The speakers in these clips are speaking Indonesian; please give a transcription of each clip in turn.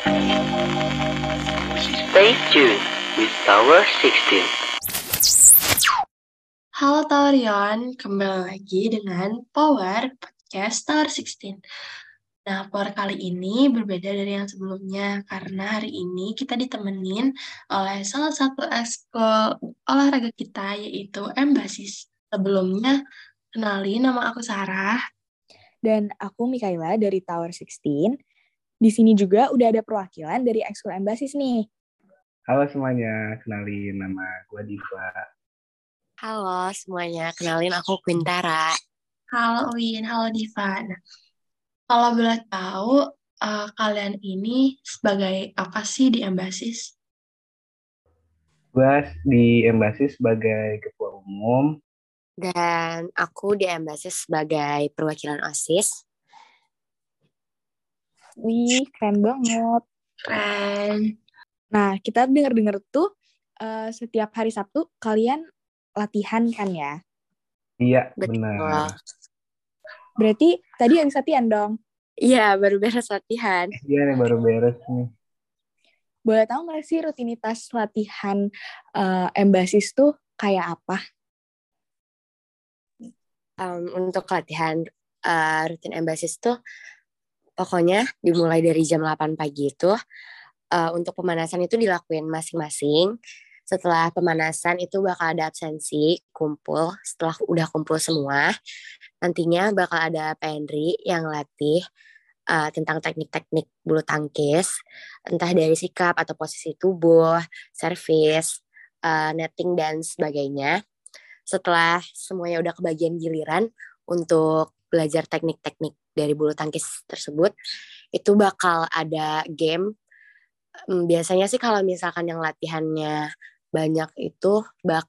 Stay tuned with Tower 16. Halo Tawarion, kembali lagi dengan Power Podcast Tower 16. Nah, Power kali ini berbeda dari yang sebelumnya karena hari ini kita ditemenin oleh salah satu ekskul olahraga kita yaitu Embasis. Sebelumnya, kenalin nama aku Sarah. Dan aku Mikaela dari Tower 16. Di sini juga udah ada perwakilan dari Ekskul Embasis nih. Halo semuanya, kenalin nama gue Diva. Halo semuanya, kenalin aku Quintara. Halo Win, halo Diva. Nah, kalau boleh tahu, kalian ini sebagai apa sih di Embasis? Gue di Embassy sebagai ketua umum. Dan aku di Embasis sebagai perwakilan OSIS. Wih, keren banget. Keren. Nah, kita dengar-dengar tuh setiap hari Sabtu kalian latihan kan ya? Iya, Betul. benar. Berarti tadi habis latihan dong? Iya, baru beres latihan. Iya nih, baru beres nih. Boleh tahu nggak sih rutinitas latihan Embasis tuh kayak apa? Untuk latihan rutin Embasis tuh pokoknya dimulai dari jam 8 pagi itu. Untuk pemanasan itu dilakuin masing-masing. Setelah pemanasan itu bakal ada absensi, kumpul. Setelah udah kumpul semua, nantinya bakal ada Pak Henry yang latih tentang teknik-teknik bulu tangkis, entah dari sikap atau posisi tubuh, servis, netting, dan sebagainya. Setelah semuanya udah kebagian giliran untuk belajar teknik-teknik dari bulu tangkis tersebut, itu bakal ada game. Biasanya sih kalau misalkan yang latihannya banyak itu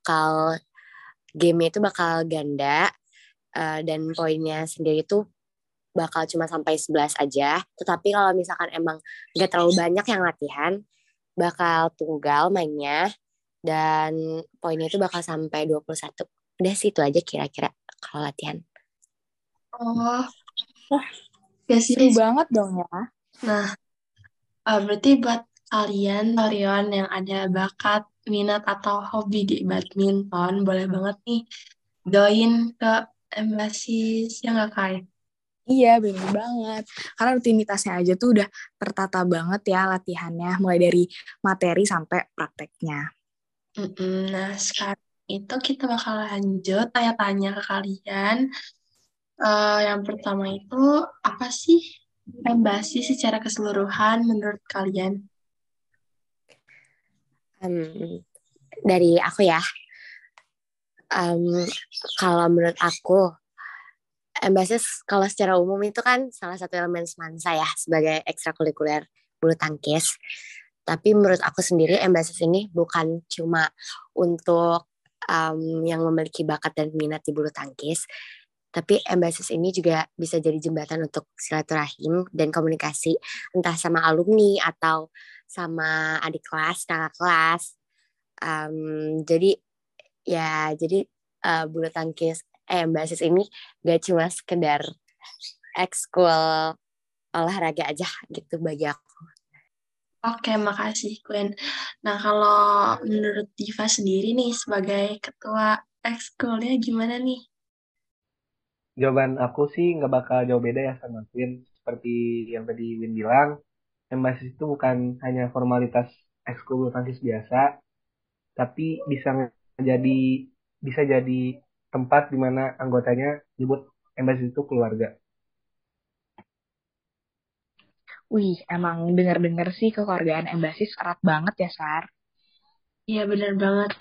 game itu bakal ganda, dan poinnya sendiri itu bakal cuma sampai 11 aja. Tetapi kalau misalkan emang gak terlalu banyak yang latihan, bakal tunggal mainnya, dan poinnya itu bakal sampai 21. Udah sih itu aja kira-kira kalau latihan. Oh, Seru sih. banget dong ya. Nah, berarti buat kalian, Torion yang ada bakat, minat, atau hobi di badminton, boleh banget nih join ke Embasis, ya nggak, Kai? Iya, bener banget. Karena rutinitasnya aja tuh udah tertata banget ya latihannya, mulai dari materi sampai prakteknya. Nah, sekarang itu kita bakal lanjut tanya-tanya ke kalian. Yang pertama itu, apa sih Embasis secara keseluruhan menurut kalian? Dari aku ya, kalau menurut aku, Embasis kalau secara umum itu kan salah satu elemen semansa ya sebagai ekstrakurikuler bulu tangkis. Tapi menurut aku sendiri Embasis ini bukan cuma untuk yang memiliki bakat dan minat di bulu tangkis, tapi Embasis ini juga bisa jadi jembatan untuk silaturahim dan komunikasi entah sama alumni atau sama adik kelas, kakak kelas. Jadi bulu tangkis Embasis ini gak cuma sekedar ekskul olahraga aja gitu bagi aku. Oke, makasih Queen. Nah, kalau menurut Diva sendiri nih, sebagai ketua ekskulnya gimana nih? Jawaban aku sih nggak bakal jauh beda ya sama Win. Seperti yang tadi Win bilang, Embassy itu bukan hanya formalitas ekskul bulu tangkis biasa, tapi menjadi bisa jadi tempat di mana anggotanya nyebut Embassy itu keluarga. Wih, emang denger-denger sih kekeluargaan Embasis erat banget ya, Sar. Iya, benar banget.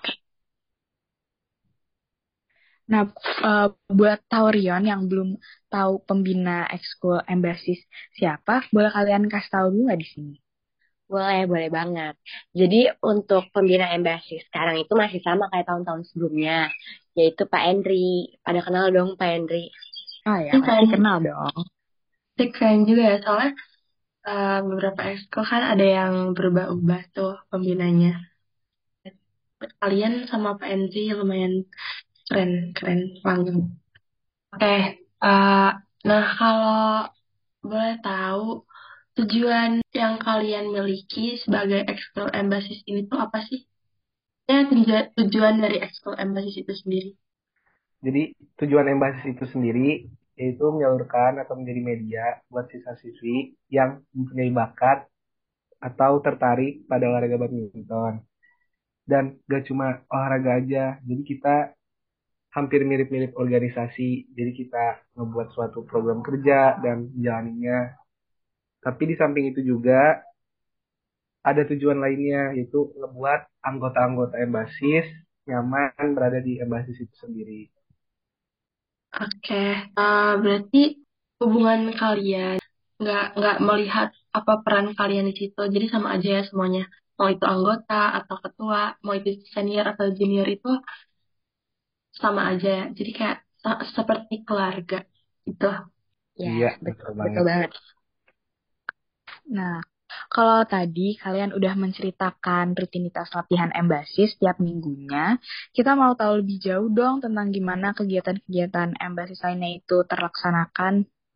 Nah, buat Taurion yang belum tahu pembina ekskul Embasis siapa, boleh kalian kasih tahu dulu nggak di sini? Boleh banget. Jadi untuk pembina Embassy sekarang itu masih sama kayak tahun-tahun sebelumnya, yaitu Pak Henry. Pada kenal dong Pak Henry? Oh ya, Ini pasti keren, kenal dong. keren juga ya, soalnya beberapa ekskul kan ada yang berubah-ubah tuh pembinanya. Kalian sama Pak Enzi lumayan keren banget. Oke, nah kalau boleh tahu tujuan yang kalian miliki sebagai ekskul embasis ini tuh apa sih? Ya, tujuan dari ekskul embasis itu sendiri. Jadi tujuan Embasis itu sendiri yaitu menyalurkan atau menjadi media buat siswa-siswi yang mempunyai bakat atau tertarik pada olahraga badminton. Dan gak cuma olahraga aja, jadi kita hampir mirip-mirip organisasi. Jadi kita membuat suatu program kerja dan menjalaninya. Tapi di samping itu juga ada tujuan lainnya, yaitu ngebuat anggota-anggota Embasis nyaman berada di Embasis itu sendiri. Oke, berarti hubungan kalian nggak melihat apa peran kalian di situ, jadi sama aja ya semuanya. Mau itu anggota atau ketua, mau itu senior atau junior itu sama aja. Jadi kayak seperti keluarga gitu. Ya, Iya, betul, betul betul banget. banget. Nah, kalau tadi kalian udah menceritakan rutinitas latihan Embasis tiap minggunya, kita mau tahu lebih jauh dong tentang gimana kegiatan-kegiatan Embasis lainnya itu terlaksanakan.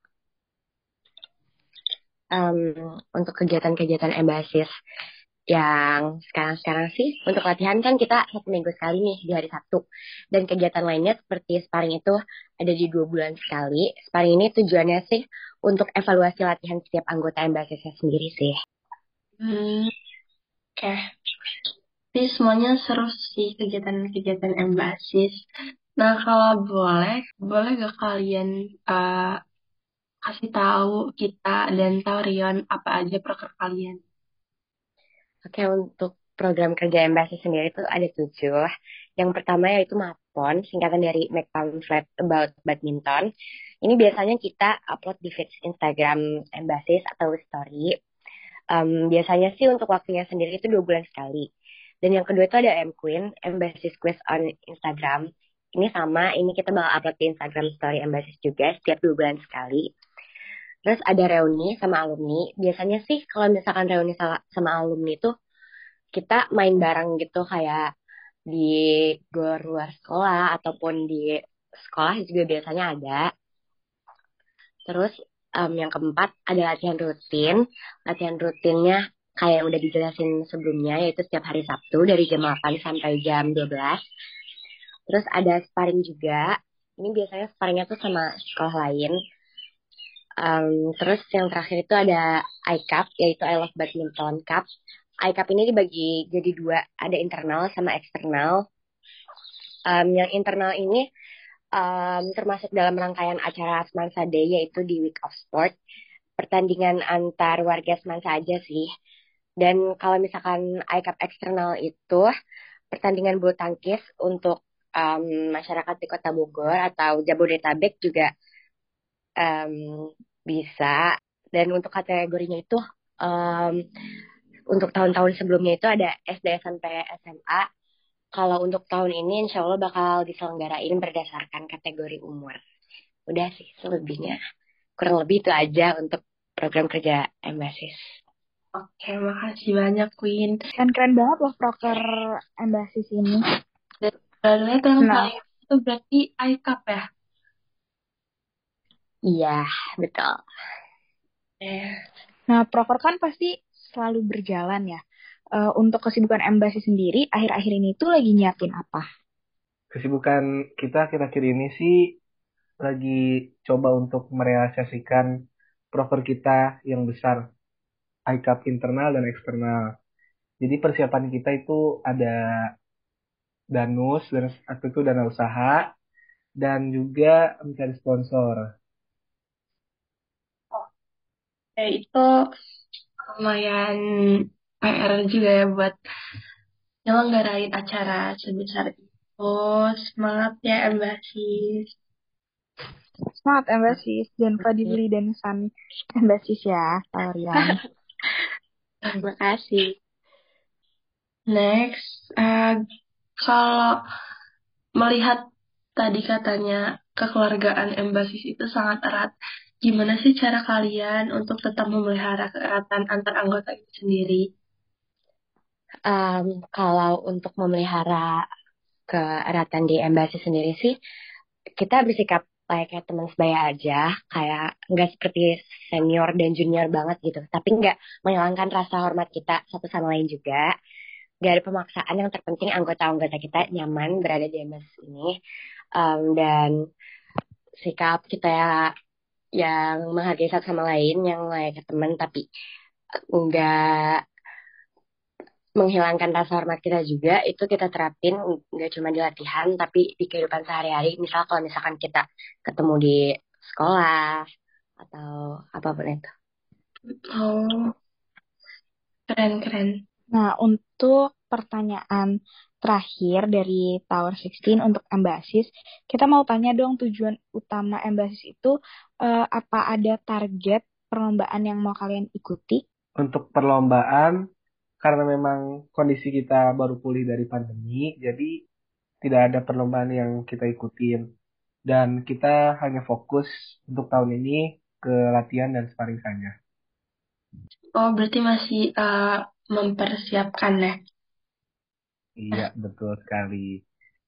Em, untuk kegiatan-kegiatan Embasis yang sekarang-sekarang sih untuk latihan kan kita 1 minggu sekali nih di hari Sabtu, dan kegiatan lainnya seperti sparring itu ada di 2 bulan sekali. Sparring ini tujuannya sih untuk evaluasi latihan setiap anggota Embasisnya sendiri sih. Hmm, oke. Tapi semuanya seru sih kegiatan-kegiatan embasis. Nah, kalau boleh gak kalian uh, kasih tahu kita dan Taurion apa aja proker kalian? Oke, untuk program kerja Embasis sendiri itu ada 7. Yang pertama yaitu MAPON, singkatan dari Make Pamphlet About Badminton. Ini biasanya kita upload di feed Instagram Embasis atau story. Biasanya sih untuk waktunya sendiri itu 2 bulan sekali. Dan yang kedua itu ada M-Queen, Embasis Quiz on Instagram. Ini sama, ini kita bakal upload di Instagram Story Embasis juga setiap 2 bulan sekali. Terus ada reuni sama alumni. Biasanya sih kalau misalkan reuni sama alumni itu kita main bareng gitu, kayak di gor luar sekolah ataupun di sekolah juga biasanya ada. Terus yang keempat ada latihan rutin. Latihan rutinnya kayak yang udah dijelasin sebelumnya, yaitu setiap hari Sabtu dari jam 8 sampai jam 12. Terus ada sparring juga. Ini biasanya sparringnya tuh sama sekolah lain. Terus yang terakhir itu ada iCup, yaitu I Love Badminton Cup. iCup ini dibagi jadi 2, ada internal sama eksternal. Yang internal ini termasuk dalam rangkaian acara Semansa Day, yaitu di Week of Sport. Pertandingan antar warga Semansa aja sih. Dan kalau misalkan iCup eksternal itu pertandingan bulu tangkis untuk masyarakat di Kota Bogor atau Jabodetabek juga bisa. Dan untuk kategorinya itu um, untuk tahun-tahun sebelumnya itu ada SD, SMP, SMA. Kalau untuk tahun ini insya Allah bakal diselenggarain berdasarkan kategori umur. Udah sih selebihnya. Kurang lebih itu aja untuk program kerja Embasis. Oke, makasih banyak, Queen. Kan keren banget loh proker Embasis ini. Dan lihat yang Nah, paling itu berarti iCup ya? Iya, betul. Eh, nah, proker kan pasti selalu berjalan ya. Untuk kesibukan Embasis sendiri, akhir-akhir ini tuh lagi nyiapin apa? Kesibukan kita akhir-akhir ini sih lagi coba untuk merealisasikan proker kita yang besar, iCup internal dan eksternal. Jadi persiapan kita itu ada danus, dan itu dana usaha, dan juga mencari sponsor. itu lumayan PR juga ya buat nyelenggarain acara sebesar itu. Semangat ya, Embasis. Semangat Embasis, jangan lupa dibeli danusan Embasis ya, Taurian. Terima kasih. Next, kalau melihat tadi katanya kekeluargaan Embasis itu sangat erat, gimana sih cara kalian untuk tetap memelihara keeratan antar anggota itu sendiri? Kalau untuk memelihara keeratan di Embasis sendiri sih, kita bersikap kayak teman sebaya aja, kayak nggak seperti senior dan junior banget gitu, tapi nggak menghilangkan rasa hormat kita satu sama lain juga. Gak ada pemaksaan, yang terpenting anggota-anggota kita nyaman berada di MS ini. Dan sikap kita yang menghargai satu sama lain, yang layaknya teman, tapi nggak menghilangkan rasa hormat kita juga, itu kita terapin nggak cuma di latihan, tapi di kehidupan sehari-hari. Misal kalau misalkan kita ketemu di sekolah, atau apapun itu. Oh, keren-keren. Nah, untuk pertanyaan terakhir dari Tower 16 untuk Embasis, kita mau tanya dong tujuan utama Embasis itu apa ada target perlombaan yang mau kalian ikuti? Untuk perlombaan, karena memang kondisi kita baru pulih dari pandemi, jadi tidak ada perlombaan yang kita ikutin. Dan kita hanya fokus untuk tahun ini ke latihan dan sparring saja. Oh, berarti masih mempersiapkan ya? Iya, betul sekali.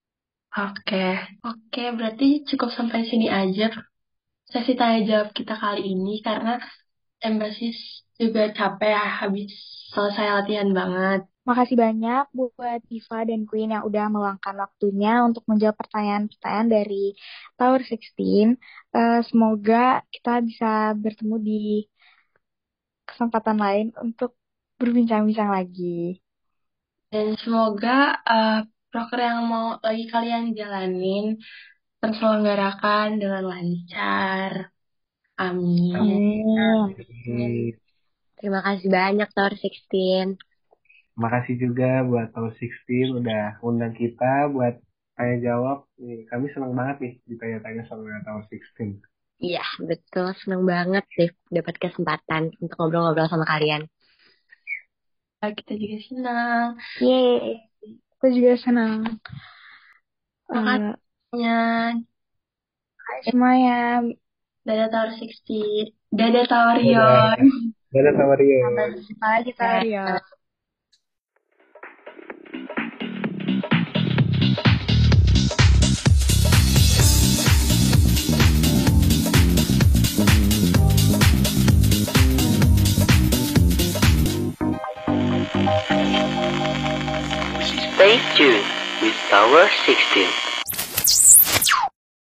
Oke, berarti cukup sampai sini aja sesi tanya jawab kita kali ini, karena Embasis juga capek ya, habis selesai latihan banget. Makasih banyak buat Diva dan Queen yang udah meluangkan waktunya untuk menjawab pertanyaan-pertanyaan dari Tower 16. Semoga kita bisa bertemu di kesempatan lain untuk berbincang-bincang lagi. Dan semoga proker yang mau lagi kalian jalanin terselenggarakan dengan lancar. Amin. Amin. Oke. Terima kasih banyak Tower 16. Makasih juga buat Tower 16 udah undang kita buat tanya jawab. Nih, kami senang banget nih ditanya-tanya sama Tower 16. Iya, betul. Seneng banget deh dapat kesempatan untuk ngobrol-ngobrol sama kalian. Kita juga senang. Yeay, aku juga senang. Makasihnya. Hai semuanya. Dadah Tower 16. Dadah Tower Dadah. Yon. Dadah Tower Yon. Sampai jumpa lagi Tower Yon. Stay tuned with Tower 16.